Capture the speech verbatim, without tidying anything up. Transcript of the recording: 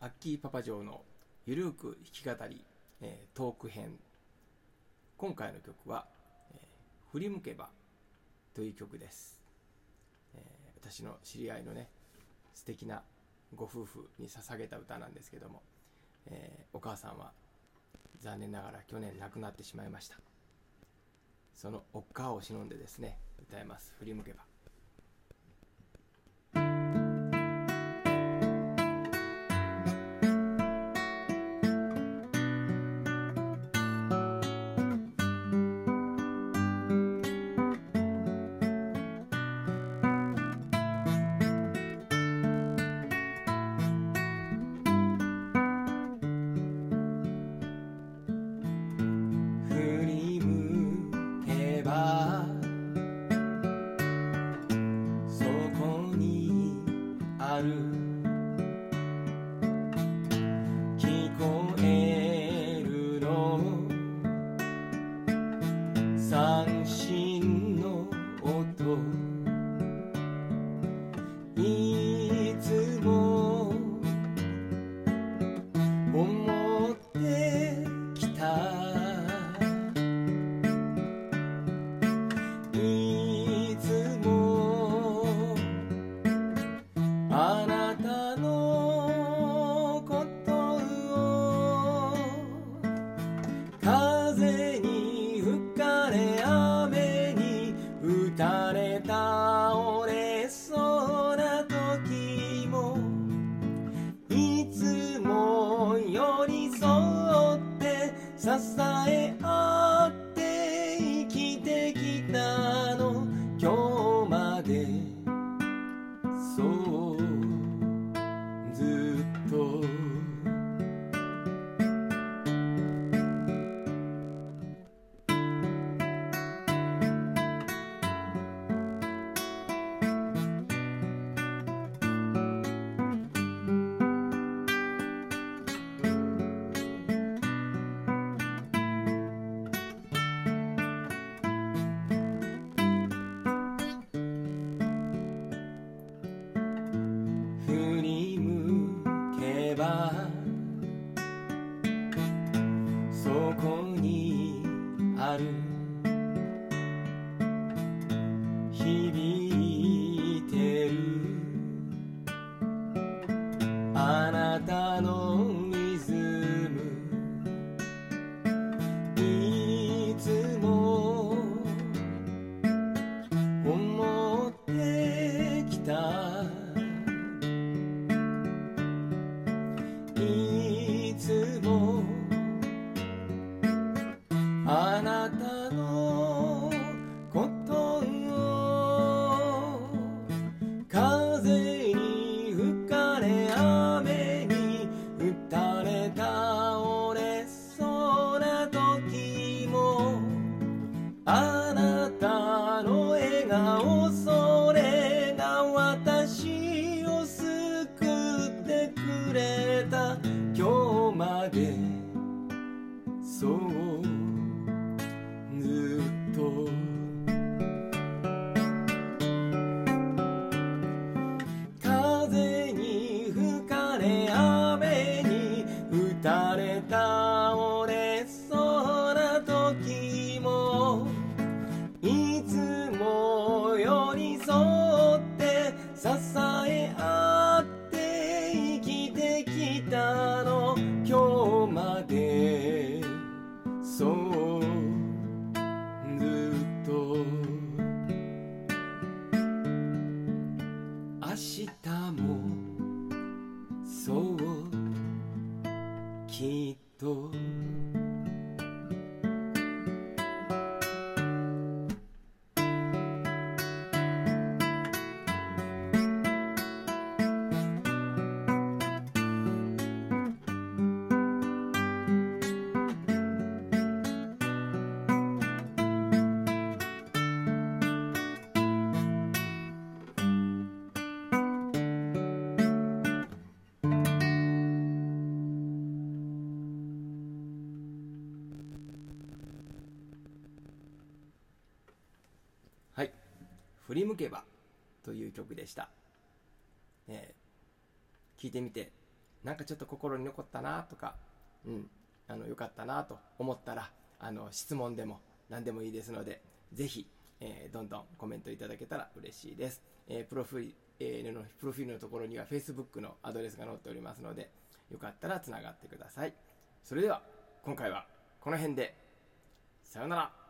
アッキーパパ嬢のゆるく弾き語り、えー、トーク編。今回の曲は、えー、振り向けばという曲です、えー、私の知り合いのね素敵なご夫婦に捧げた歌なんですけども、えー、お母さんは残念ながら去年亡くなってしまいました。そのおっかを忍んでですね歌います。振り向けば。聞こえるの三振の音、いつも思ってきた、いつもあなたのことを、風に吹かれ雨に打たれ倒れそうな時も、いつも寄り添って支え合って生きてきたの、今日までそうずっと。振り向けばそこにある、響いてるあなたのリズム、いつも思ってきた、いつもあなたのことを、風に吹かれ雨に打たれ倒れそうな時も、あなたの笑顔、それが私を救ってくれた、今日までそうずっと。風に吹かれ雨に打たれ倒れそうな時も、いつも寄り添って支え合って生きてきたの、今日までそうずっと。明日もそうきっと。はい、振り向けばという曲でした。えー、聞いてみてなんかちょっと心に残ったなとか、うん、あのよかったなと思ったら、あの質問でも何でもいいですので、ぜひ、えー、どんどんコメントいただけたら嬉しいです。えー、プロフィールのプロフィールのところには Facebook のアドレスが載っておりますので、よかったらつながってください。それでは今回はこの辺で、さようなら。